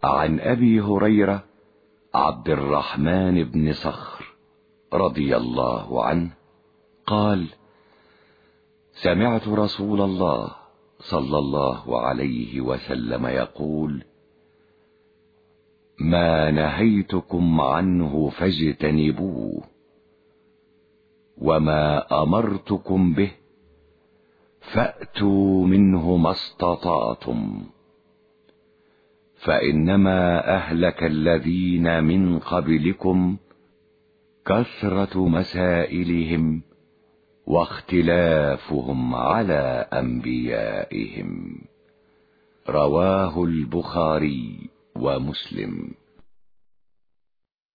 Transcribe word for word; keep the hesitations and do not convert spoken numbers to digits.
عن أبي هريرة عبد الرحمن بن صخر رضي الله عنه قال: سمعت رسول الله صلى الله عليه وسلم يقول: ما نهيتكم عنه فاجتنبوه، وما أمرتكم به فأتوا منه ما استطعتم، فإنما أهلك الذين من قبلكم كثرة مسائلهم واختلافهم على أنبيائهم. رواه البخاري ومسلم.